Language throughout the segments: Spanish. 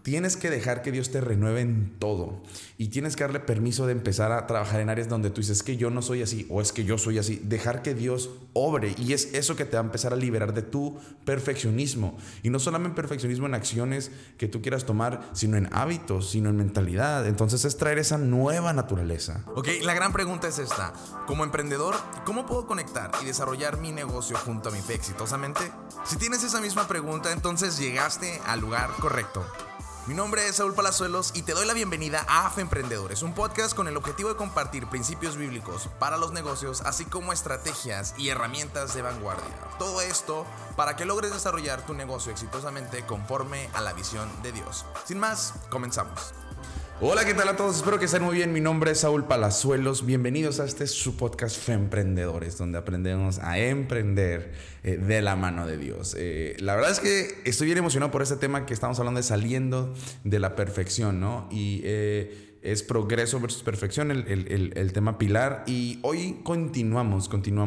tienes que dejar que Dios te renueve en todo y tienes que darle permiso de empezar a trabajar en áreas donde tú dices, es que yo no soy así o es que yo soy así. Dejar que Dios obre, y es eso que te va a empezar a liberar de tu perfeccionismo, y no solamente perfeccionismo en acciones que tú quieras tomar, sino en hábitos, sino en mentalidad. Entonces es traer esa nueva naturaleza. Ok, la gran pregunta es esta: como emprendedor, ¿cómo puedo conectar y desarrollar mi negocio junto a mi fe exitosamente? Si tienes esa misma pregunta, entonces llegaste al lugar correcto. Mi nombre es Saúl Palazuelos y te doy la bienvenida a Fe Emprendedores, un podcast con el objetivo de compartir principios bíblicos para los negocios, así como estrategias y herramientas de vanguardia. Todo esto para que logres desarrollar tu negocio exitosamente conforme a la visión de Dios. Sin más, comenzamos. Hola, ¿qué tal a todos? Espero que estén muy bien. Mi nombre es Saúl Palazuelos. Bienvenidos a su podcast Fe Emprendedores, donde aprendemos a emprender de la mano de Dios. La verdad es que estoy bien emocionado por este tema que estamos hablando de saliendo de la perfección, ¿no? Y es progreso versus perfección, el tema pilar. Y hoy continuamos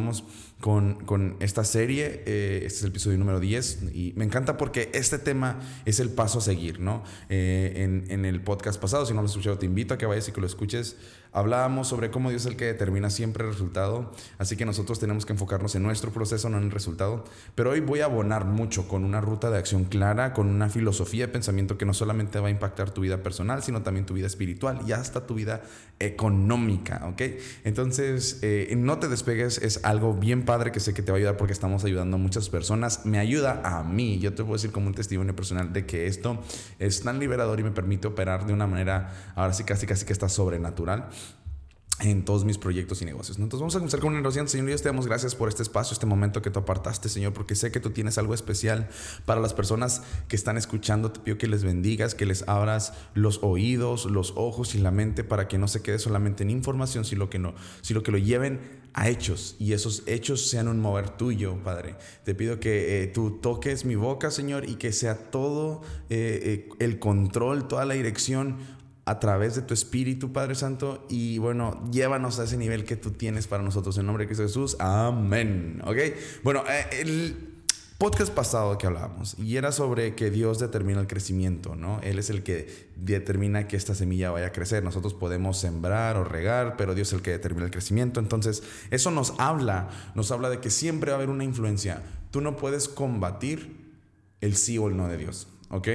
con esta serie. Este es el episodio número 10 y me encanta porque este tema es el paso a seguir, ¿no? En el podcast pasado, si no lo has escuchado, te invito a que vayas y que lo escuches. Hablábamos sobre cómo Dios es el que determina siempre el resultado, así que nosotros tenemos que enfocarnos en nuestro proceso, no en el resultado. Pero hoy voy a abonar mucho con una ruta de acción clara, con una filosofía de pensamiento que no solamente va a impactar tu vida personal, sino también tu vida espiritual y hasta tu vida económica, ¿ok? Entonces, no te despegues, es algo bien padre que sé que te va a ayudar porque estamos ayudando a muchas personas. Me ayuda a mí, yo te puedo decir como un testimonio personal de que esto es tan liberador y me permite operar de una manera, ahora sí casi que está sobrenatural en todos mis proyectos y negocios, ¿no? Entonces vamos a comenzar con una oración. Señor Dios, te damos gracias por este espacio, este momento que tú apartaste, Señor, porque sé que tú tienes algo especial para las personas que están escuchando. Te pido que les bendigas, que les abras los oídos, los ojos y la mente para que no se quede solamente en información, sino que lo lleven a hechos, y esos hechos sean un mover tuyo, Padre. Te pido que tú toques mi boca, Señor, y que sea todo el control, toda la dirección a través de tu Espíritu, Padre Santo. Y bueno, llévanos a ese nivel que tú tienes para nosotros. En nombre de Cristo Jesús, amén. ¿Ok? Bueno, el podcast pasado que hablábamos, y era sobre que Dios determina el crecimiento, ¿no? Él es el que determina que esta semilla vaya a crecer. Nosotros podemos sembrar o regar, pero Dios es el que determina el crecimiento. Entonces, eso nos habla de que siempre va a haber una influencia. Tú no puedes combatir el sí o el no de Dios, ¿ok?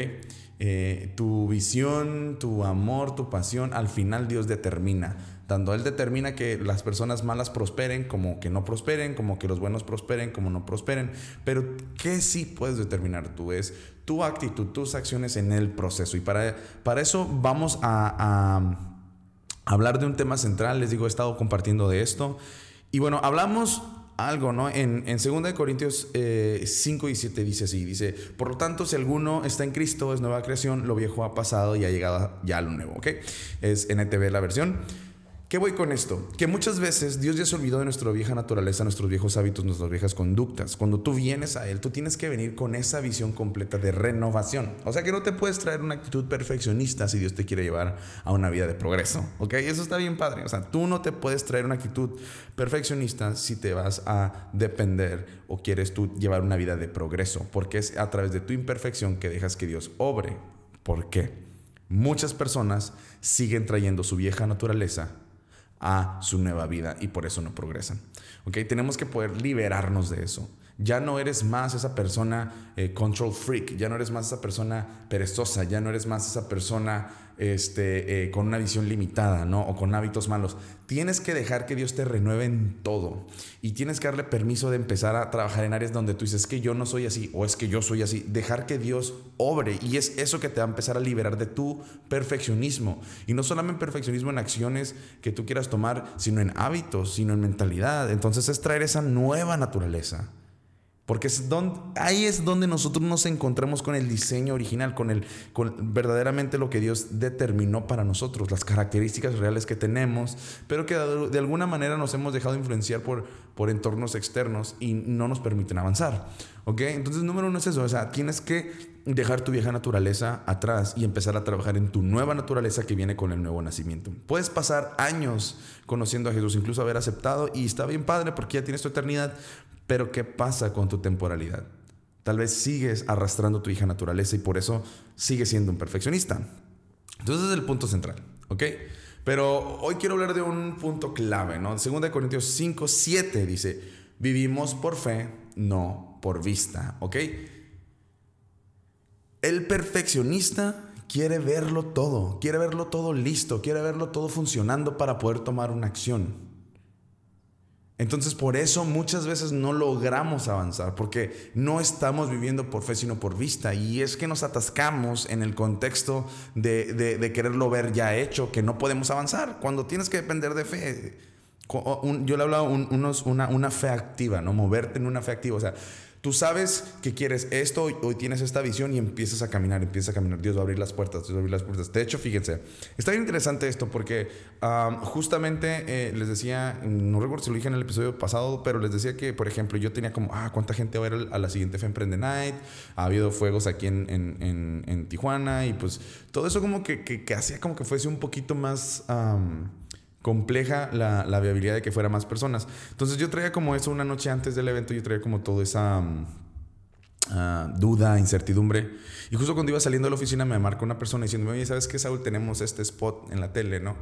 Tu visión, tu amor, tu pasión, al final Dios determina. Tanto Él determina que las personas malas prosperen, como que no prosperen, como que los buenos prosperen, como no prosperen. Pero ¿qué sí puedes determinar tú? Es tu actitud, tus acciones en el proceso. Y para eso vamos a hablar de un tema central. Les digo, he estado compartiendo de esto. Y bueno, hablamos algo, ¿no? En 2 Corintios 5:17 dice así, dice: por lo tanto, si alguno está en Cristo, es nueva creación, lo viejo ha pasado y ha llegado ya lo nuevo, ¿ok? Es NTV la versión. ¿Qué voy con esto? Que muchas veces Dios ya se olvidó de nuestra vieja naturaleza, nuestros viejos hábitos, nuestras viejas conductas. Cuando tú vienes a Él, tú tienes que venir con esa visión completa de renovación. O sea que no te puedes traer una actitud perfeccionista si Dios te quiere llevar a una vida de progreso, ¿ok? Eso está bien padre. O sea, tú no te puedes traer una actitud perfeccionista si te vas a depender o quieres tú llevar una vida de progreso, porque es a través de tu imperfección que dejas que Dios obre. ¿Por qué? Muchas personas siguen trayendo su vieja naturaleza a su nueva vida y por eso no progresan. ¿Okay? Tenemos que poder liberarnos de eso. Ya no eres más esa persona control freak, ya no eres más esa persona perezosa, ya no eres más esa persona con una visión limitada, ¿no? O con hábitos malos. Tienes que dejar que Dios te renueve en todo y tienes que darle permiso de empezar a trabajar en áreas donde tú dices, es que yo no soy así o es que yo soy así. Dejar que Dios obre, y es eso que te va a empezar a liberar de tu perfeccionismo, y no solamente perfeccionismo en acciones que tú quieras tomar, sino en hábitos, sino en mentalidad. Entonces es traer esa nueva naturaleza. Porque ahí es donde nosotros nos encontramos con el diseño original, con verdaderamente lo que Dios determinó para nosotros, las características reales que tenemos, pero que de alguna manera nos hemos dejado influenciar por entornos externos y no nos permiten avanzar. ¿Ok? Entonces, número uno es eso. O sea, tienes que dejar tu vieja naturaleza atrás y empezar a trabajar en tu nueva naturaleza que viene con el nuevo nacimiento. Puedes pasar años conociendo a Jesús, incluso haber aceptado, y está bien padre porque ya tienes tu eternidad. Pero ¿qué pasa con tu temporalidad? Tal vez sigues arrastrando tu hija naturaleza y por eso sigues siendo un perfeccionista. Entonces ese es el punto central, ¿ok? Pero hoy quiero hablar de un punto clave, ¿no? 2 Corintios 5:7 dice, vivimos por fe, no por vista, ¿ok? El perfeccionista quiere verlo todo listo, quiere verlo todo funcionando para poder tomar una acción. Entonces por eso muchas veces no logramos avanzar, porque no estamos viviendo por fe sino por vista, y es que nos atascamos en el contexto de quererlo ver ya hecho, que no podemos avanzar cuando tienes que depender de fe. Yo le hablaba una fe activa, ¿no? Moverte en una fe activa, o sea, tú sabes que quieres esto, hoy tienes esta visión y empiezas a caminar. Dios va a abrir las puertas, De hecho, fíjense, está bien interesante esto porque justamente les decía, no recuerdo si lo dije en el episodio pasado, pero les decía que, por ejemplo, yo tenía como, ¿cuánta gente va a ir a la siguiente Femprende Night? Ha habido fuegos aquí en Tijuana y pues todo eso como que hacía como que fuese un poquito más... compleja la viabilidad de que fuera más personas. Entonces yo traía como eso una noche antes del evento, yo traía como toda esa duda, incertidumbre. Y justo cuando iba saliendo de la oficina me marcó una persona diciéndome, oye, ¿sabes qué, Saúl? Tenemos este spot en la tele, ¿no?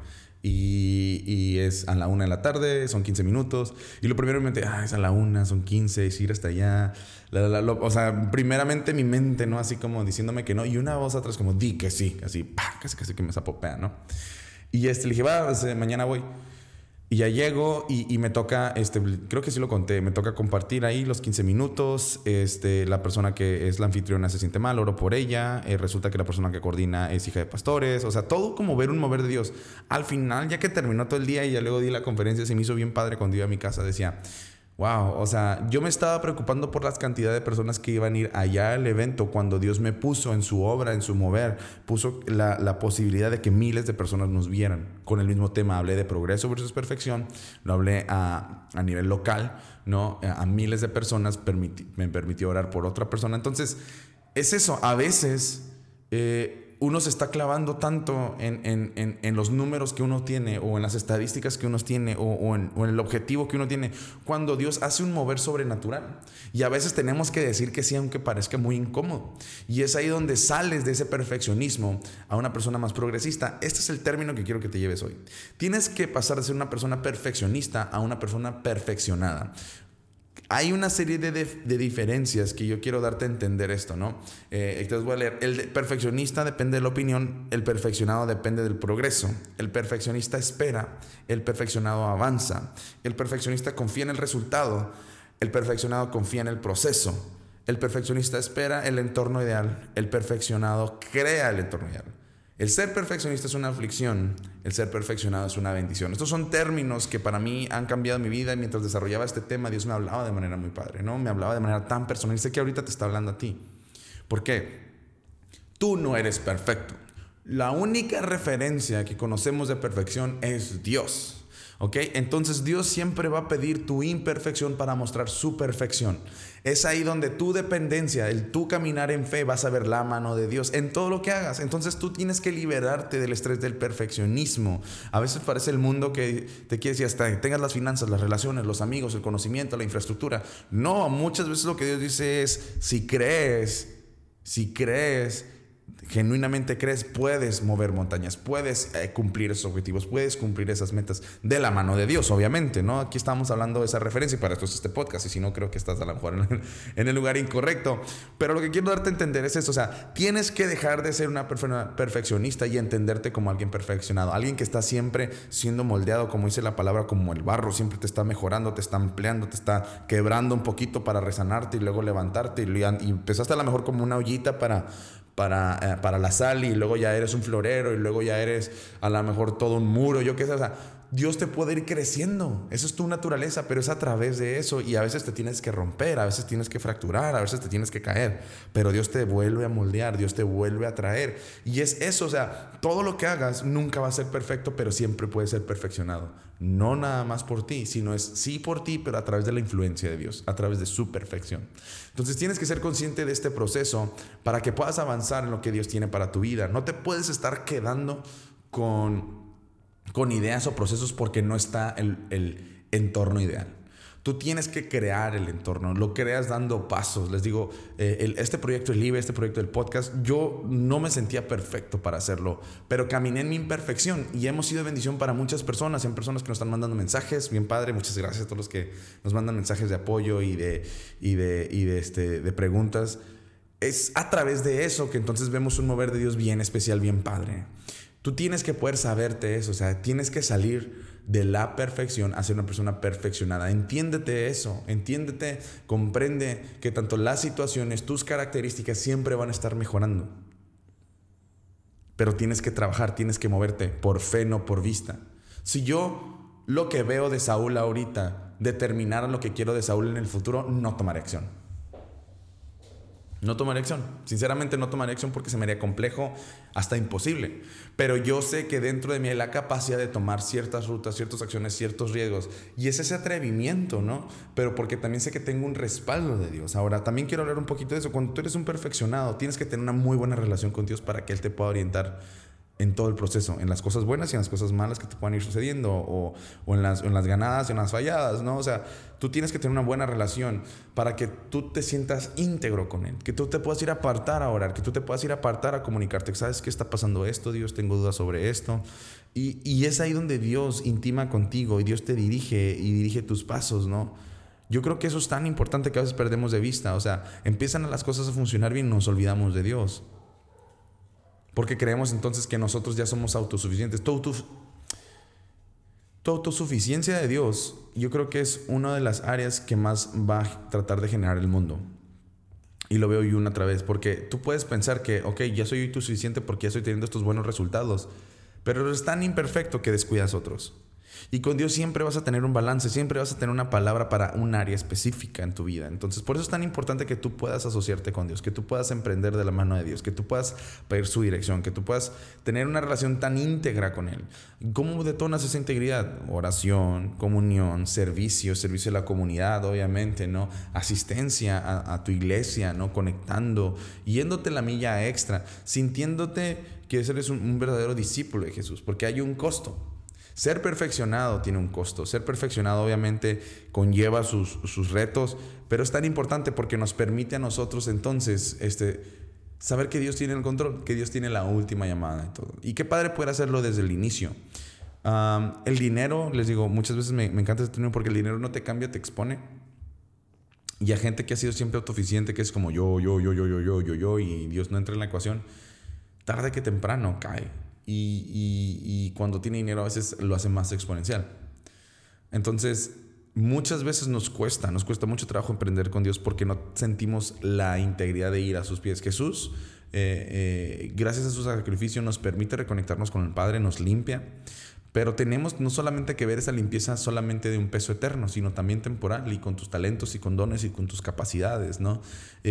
Y es a la 1 de la tarde, son 15 minutos. Y lo primero me menté, es a la 1, son 15, es ir hasta allá. O sea, primeramente mi mente, ¿no? Así como diciéndome que no. Y una voz atrás como, di que sí. Así, casi que me zapopea, ¿no? Y le dije, mañana voy. Y ya llego y me toca, creo que sí lo conté, me toca compartir ahí los 15 minutos. La persona que es la anfitriona se siente mal, oro por ella. Resulta que la persona que coordina es hija de pastores. O sea, todo como ver un mover de Dios. Al final, ya que terminó todo el día y ya luego di la conferencia, se me hizo bien padre cuando iba a mi casa. Decía, wow, o sea, yo me estaba preocupando por las cantidades de personas que iban a ir allá al evento cuando Dios me puso en su obra, en su mover, puso la posibilidad de que miles de personas nos vieran con el mismo tema. Hablé de progreso versus perfección, lo hablé a nivel local, ¿no? A miles de personas, me permitió orar por otra persona. Entonces, es eso, a veces... uno se está clavando tanto en los números que uno tiene o en las estadísticas que uno tiene o en el objetivo que uno tiene, cuando Dios hace un mover sobrenatural. Y a veces tenemos que decir que sí, aunque parezca muy incómodo. Y es ahí donde sales de ese perfeccionismo a una persona más progresista. Este es el término que quiero que te lleves hoy. Tienes que pasar de ser una persona perfeccionista a una persona perfeccionada. Hay una serie de diferencias que yo quiero darte a entender esto, ¿no? Entonces voy a leer. El perfeccionista depende de la opinión, el perfeccionado depende del progreso. El perfeccionista espera, el perfeccionado avanza. El perfeccionista confía en el resultado, el perfeccionado confía en el proceso. El perfeccionista espera el entorno ideal, el perfeccionado crea el entorno ideal. El ser perfeccionista es una aflicción, el ser perfeccionado es una bendición. Estos son términos que para mí han cambiado mi vida, y mientras desarrollaba este tema, Dios me hablaba de manera muy padre, ¿no? Me hablaba de manera tan personal. Y sé que ahorita te está hablando a ti. ¿Por qué? Tú no eres perfecto. La única referencia que conocemos de perfección es Dios. ¿Ok? Entonces Dios siempre va a pedir tu imperfección para mostrar su perfección. Es ahí donde tu dependencia, tu caminar en fe, vas a ver la mano de Dios en todo lo que hagas. Entonces tú tienes que liberarte del estrés del perfeccionismo. A veces parece el mundo que te quiere decir hasta tengas las finanzas, las relaciones, los amigos, el conocimiento, la infraestructura. No, muchas veces lo que Dios dice es, si crees, genuinamente crees, puedes mover montañas, puedes cumplir esos objetivos, puedes cumplir esas metas de la mano de Dios, obviamente, ¿no? Aquí estamos hablando de esa referencia y para esto es este podcast, y si no, creo que estás a lo mejor en el lugar incorrecto. Pero lo que quiero darte a entender es esto, o sea, tienes que dejar de ser una persona perfeccionista y entenderte como alguien perfeccionado, alguien que está siempre siendo moldeado, como dice la palabra, como el barro, siempre te está mejorando, te está ampliando, te está quebrando un poquito para resanarte y luego levantarte, y empezaste a lo mejor como una ollita para la sal, y luego ya eres un florero, y luego ya eres a lo mejor todo un muro, yo qué sé. O sea, Dios te puede ir creciendo, eso es tu naturaleza, pero es a través de eso, y a veces te tienes que romper, a veces tienes que fracturar, a veces te tienes que caer, pero Dios te vuelve a moldear, Dios te vuelve a traer, y es eso. O sea, todo lo que hagas nunca va a ser perfecto, pero siempre puede ser perfeccionado, no nada más por ti, sino es sí por ti, pero a través de la influencia de Dios, a través de su perfección. Entonces tienes que ser consciente de este proceso para que puedas avanzar en lo que Dios tiene para tu vida. No te puedes estar quedando con ideas o procesos porque no está el entorno ideal. Tú tienes que crear el entorno, lo creas dando pasos. Les digo, este proyecto del Libre, este proyecto del podcast, yo no me sentía perfecto para hacerlo, pero caminé en mi imperfección y hemos sido bendición para muchas personas. Hay personas que nos están mandando mensajes, bien padre, muchas gracias a todos los que nos mandan mensajes de apoyo y de preguntas. Es a través de eso que entonces vemos un mover de Dios bien especial, bien padre. Tú tienes que poder saberte eso, o sea, tienes que salir de la perfección a ser una persona perfeccionada. Entiéndete eso, entiéndete, comprende que tanto las situaciones, tus características siempre van a estar mejorando. Pero tienes que trabajar, tienes que moverte por fe, no por vista. Si yo lo que veo de Saúl ahorita determinara lo que quiero de Saúl en el futuro, no tomaré acción. No tomaré acción. Sinceramente no tomaré acción porque se me haría complejo, hasta imposible. Pero yo sé que dentro de mí hay la capacidad de tomar ciertas rutas, ciertas acciones, ciertos riesgos. Y es ese atrevimiento, ¿no? Pero porque también sé que tengo un respaldo de Dios. Ahora, también quiero hablar un poquito de eso. Cuando tú eres un perfeccionado, tienes que tener una muy buena relación con Dios para que Él te pueda orientar en todo el proceso, en las cosas buenas y en las cosas malas que te puedan ir sucediendo, o en las ganadas y en las falladas, ¿no? O sea, tú tienes que tener una buena relación para que tú te sientas íntegro con Él, que tú te puedas ir a apartar a orar, que tú te puedas ir a apartar a comunicarte. ¿Sabes qué está pasando esto? Dios, tengo dudas sobre esto. Y es ahí donde Dios intima contigo y Dios te dirige y dirige tus pasos, ¿no? Yo creo que eso es tan importante que a veces perdemos de vista. O sea, empiezan las cosas a funcionar bien y nos olvidamos de Dios. Porque creemos entonces que nosotros ya somos autosuficientes. Tu autosuficiencia de Dios, yo creo que es una de las áreas que más va a tratar de generar el mundo. Y lo veo yo una otra vez. Porque tú puedes pensar que, ok, ya soy autosuficiente porque ya estoy teniendo estos buenos resultados. Pero eres tan imperfecto que descuidas otros. Y con Dios siempre vas a tener un balance, siempre vas a tener una palabra para un área específica en tu vida. Entonces, por eso es tan importante que tú puedas asociarte con Dios, que tú puedas emprender de la mano de Dios, que tú puedas pedir su dirección, que tú puedas tener una relación tan íntegra con Él. ¿Cómo detonas esa integridad? Oración, comunión, servicio a la comunidad, obviamente, ¿no? Asistencia a tu iglesia, ¿no? Conectando, yéndote la milla extra, sintiéndote que eres un verdadero discípulo de Jesús, porque hay un costo. Ser perfeccionado tiene un costo. Ser perfeccionado obviamente conlleva sus retos, pero es tan importante porque nos permite a nosotros entonces saber que Dios tiene el control, que Dios tiene la última llamada y todo. Y qué padre poder hacerlo desde el inicio. El dinero, les digo, muchas veces me encanta este término porque el dinero no te cambia, te expone. Y a gente que ha sido siempre autosuficiente, que es como yo, y Dios no entra en la ecuación, tarde que temprano cae. Y cuando tiene dinero a veces lo hace más exponencial. Entonces, muchas veces nos cuesta mucho trabajo emprender con Dios porque no sentimos la integridad de ir a sus pies. Jesús, gracias a su sacrificio, nos permite reconectarnos con el Padre, nos limpia. Pero tenemos no solamente que ver esa limpieza solamente de un peso eterno, sino también temporal, y con tus talentos y con dones y con tus capacidades, ¿no?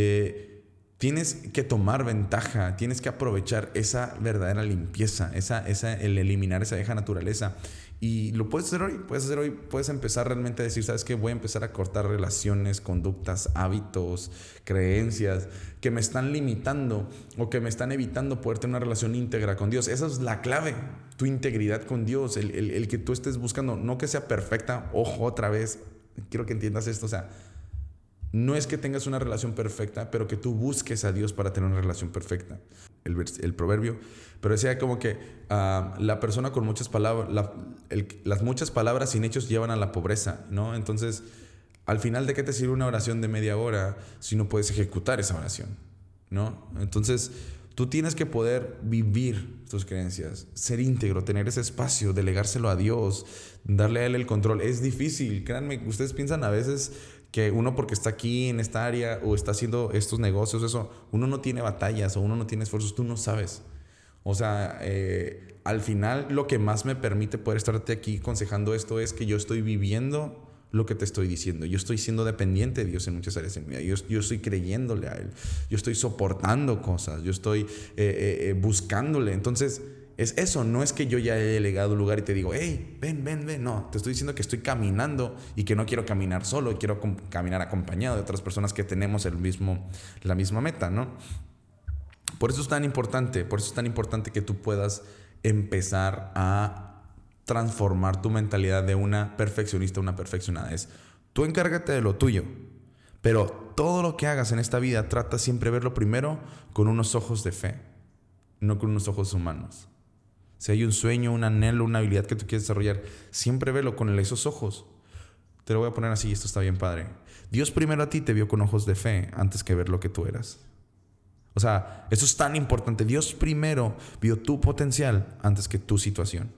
Tienes que tomar ventaja, tienes que aprovechar esa verdadera limpieza, el eliminar esa vieja naturaleza. Y lo puedes hacer hoy, puedes empezar realmente a decir, ¿sabes qué? Voy a empezar a cortar relaciones, conductas, hábitos, creencias que me están limitando o que me están evitando poder tener una relación íntegra con Dios. Esa es la clave, tu integridad con Dios, el que tú estés buscando, no que sea perfecta. Ojo, otra vez, quiero que entiendas esto, o sea, no es que tengas una relación perfecta, pero que tú busques a Dios para tener una relación perfecta. El proverbio, pero decía como que la persona con muchas palabras, las muchas palabras sin hechos llevan a la pobreza, ¿no? Entonces, al final, ¿de qué te sirve una oración de media hora si no puedes ejecutar esa oración, ¿no? Entonces, tú tienes que poder vivir tus creencias, ser íntegro, tener ese espacio, delegárselo a Dios, darle a Él el control. Es difícil, créanme, ustedes piensan a veces que uno porque está aquí en esta área o está haciendo estos negocios, eso, uno no tiene batallas o uno no tiene esfuerzos, tú no sabes. O sea, al final lo que más me permite poder estarte aquí aconsejando esto es que yo estoy viviendo lo que te estoy diciendo. Yo estoy siendo dependiente de Dios en muchas áreas de mi vida. Yo estoy creyéndole a Él. Yo estoy soportando cosas. Yo estoy buscándole. Entonces, es eso. No es que yo ya he llegado a un lugar y te digo, hey, ven. No, te estoy diciendo que estoy caminando y que no quiero caminar solo. Quiero caminar acompañado de otras personas que tenemos la misma meta, ¿no? Por eso es tan importante que tú puedas empezar a transformar tu mentalidad de una perfeccionista a una perfeccionada. Es Tú encárgate de lo tuyo. Pero todo lo que hagas en esta vida, trata siempre de verlo primero con unos ojos de fe, no con unos ojos humanos. Si hay un sueño, un anhelo, una habilidad que tú quieres desarrollar, siempre velo con esos ojos. Te lo voy a poner así, esto está bien padre. Dios primero a ti te vio con ojos de fe antes que ver lo que tú eras. O sea, eso es tan importante. Dios primero vio tu potencial antes que tu situación.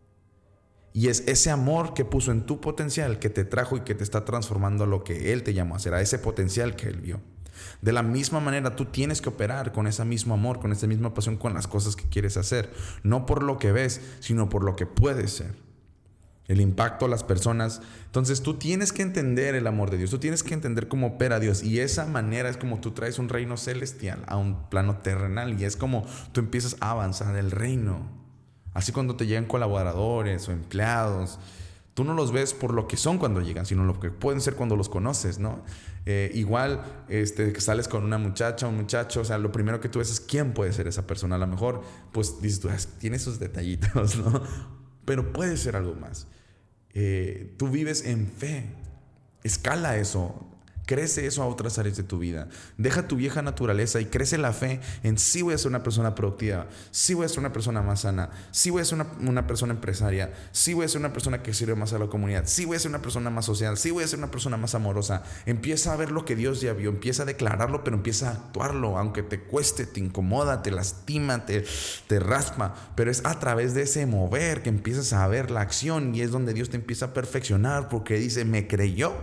Y es ese amor que puso en tu potencial que te trajo y que te está transformando a lo que Él te llamó a hacer, a ese potencial que Él vio. De la misma manera, tú tienes que operar con ese mismo amor, con esa misma pasión, con las cosas que quieres hacer. No por lo que ves, sino por lo que puedes ser. El impacto a las personas. Entonces tú tienes que entender el amor de Dios. Tú tienes que entender cómo opera Dios. Y esa manera es como tú traes un reino celestial a un plano terrenal. Y es como tú empiezas a avanzar el reino. Así cuando te llegan colaboradores o empleados, tú no los ves por lo que son cuando llegan, sino lo que pueden ser cuando los conoces, ¿no? Igual que sales con una muchacha o un muchacho, o sea, lo primero que tú ves es quién puede ser esa persona. A lo mejor, pues dices tú, tiene sus detallitos, ¿no? Pero puede ser algo más. Tú vives en fe. Escala eso. Crece eso a otras áreas de tu vida. Deja tu vieja naturaleza y crece la fe en sí voy a ser una persona productiva, sí voy a ser una persona más sana, sí voy a ser una persona empresaria, sí voy a ser una persona que sirve más a la comunidad, sí voy a ser una persona más social, sí voy a ser una persona más amorosa. Empieza a ver lo que Dios ya vio, empieza a declararlo, pero empieza a actuarlo, aunque te cueste, te incomoda, te lastima, te raspa, pero es a través de ese mover que empiezas a ver la acción y es donde Dios te empieza a perfeccionar porque dice, me creyó.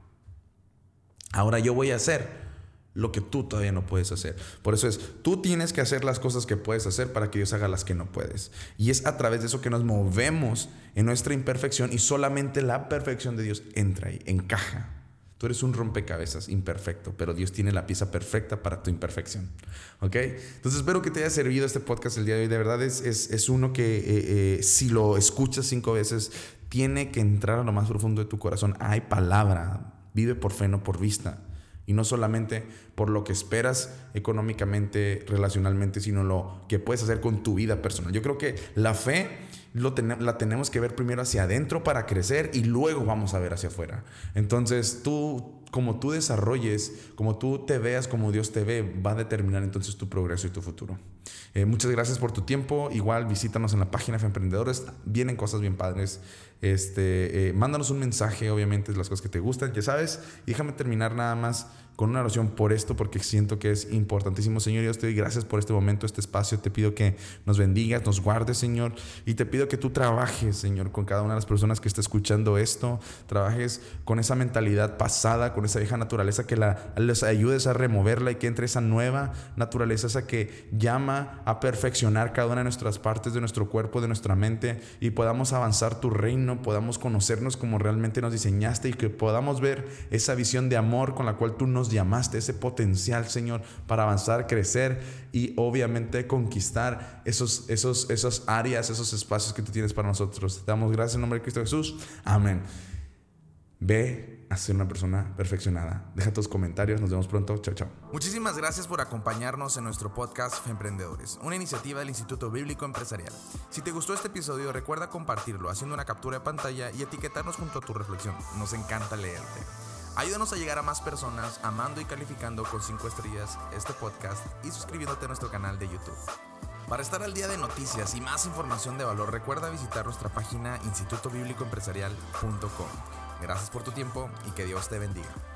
Ahora yo voy a hacer lo que tú todavía no puedes hacer. Por eso tú tienes que hacer las cosas que puedes hacer para que Dios haga las que no puedes. Y es a través de eso que nos movemos en nuestra imperfección y solamente la perfección de Dios entra ahí, encaja. Tú eres un rompecabezas imperfecto, pero Dios tiene la pieza perfecta para tu imperfección. ¿Ok? Entonces espero que te haya servido este podcast el día de hoy. De verdad es uno que si lo escuchas 5 veces, tiene que entrar a lo más profundo de tu corazón. Hay palabra. Vive por fe, no por vista. Y no solamente por lo que esperas económicamente, relacionalmente, sino lo que puedes hacer con tu vida personal. Yo creo que la fe la tenemos que ver primero hacia adentro para crecer y luego vamos a ver hacia afuera. Entonces como tú desarrolles, como tú te veas, como Dios te ve, va a determinar entonces tu progreso y tu futuro. Muchas gracias por tu tiempo. Igual visítanos en la página de Emprendedores. Vienen cosas bien padres. Mándanos un mensaje, obviamente, de las cosas que te gustan, ya sabes. Y déjame terminar nada más con una oración por esto, porque siento que es importantísimo. Señor, Dios, te doy gracias por este momento, este espacio. Te pido que nos bendigas, nos guardes, Señor. Y te pido que tú trabajes, Señor, con cada una de las personas que está escuchando esto. Trabajes con esa mentalidad pasada, con esa vieja naturaleza, que les ayudes a removerla y que entre esa nueva naturaleza, esa que llama a perfeccionar cada una de nuestras partes de nuestro cuerpo, de nuestra mente, y podamos avanzar tu reino, podamos conocernos como realmente nos diseñaste y que podamos ver esa visión de amor con la cual tú nos llamaste, ese potencial, Señor, para avanzar, crecer y obviamente conquistar esas áreas, esos espacios que tú tienes para nosotros. Te damos gracias en nombre de Cristo Jesús. Amén. Ve a ser una persona perfeccionada. Deja tus comentarios. Nos vemos pronto. Chao, chao. Muchísimas gracias por acompañarnos en nuestro podcast Emprendedores, una iniciativa del Instituto Bíblico Empresarial. Si te gustó este episodio, recuerda compartirlo haciendo una captura de pantalla y etiquetarnos junto a tu reflexión. Nos encanta leerte. Ayúdanos a llegar a más personas amando y calificando con 5 estrellas este podcast y suscribiéndote a nuestro canal de YouTube. Para estar al día de noticias y más información de valor, recuerda visitar nuestra página institutobiblicoempresarial.com. Gracias por tu tiempo y que Dios te bendiga.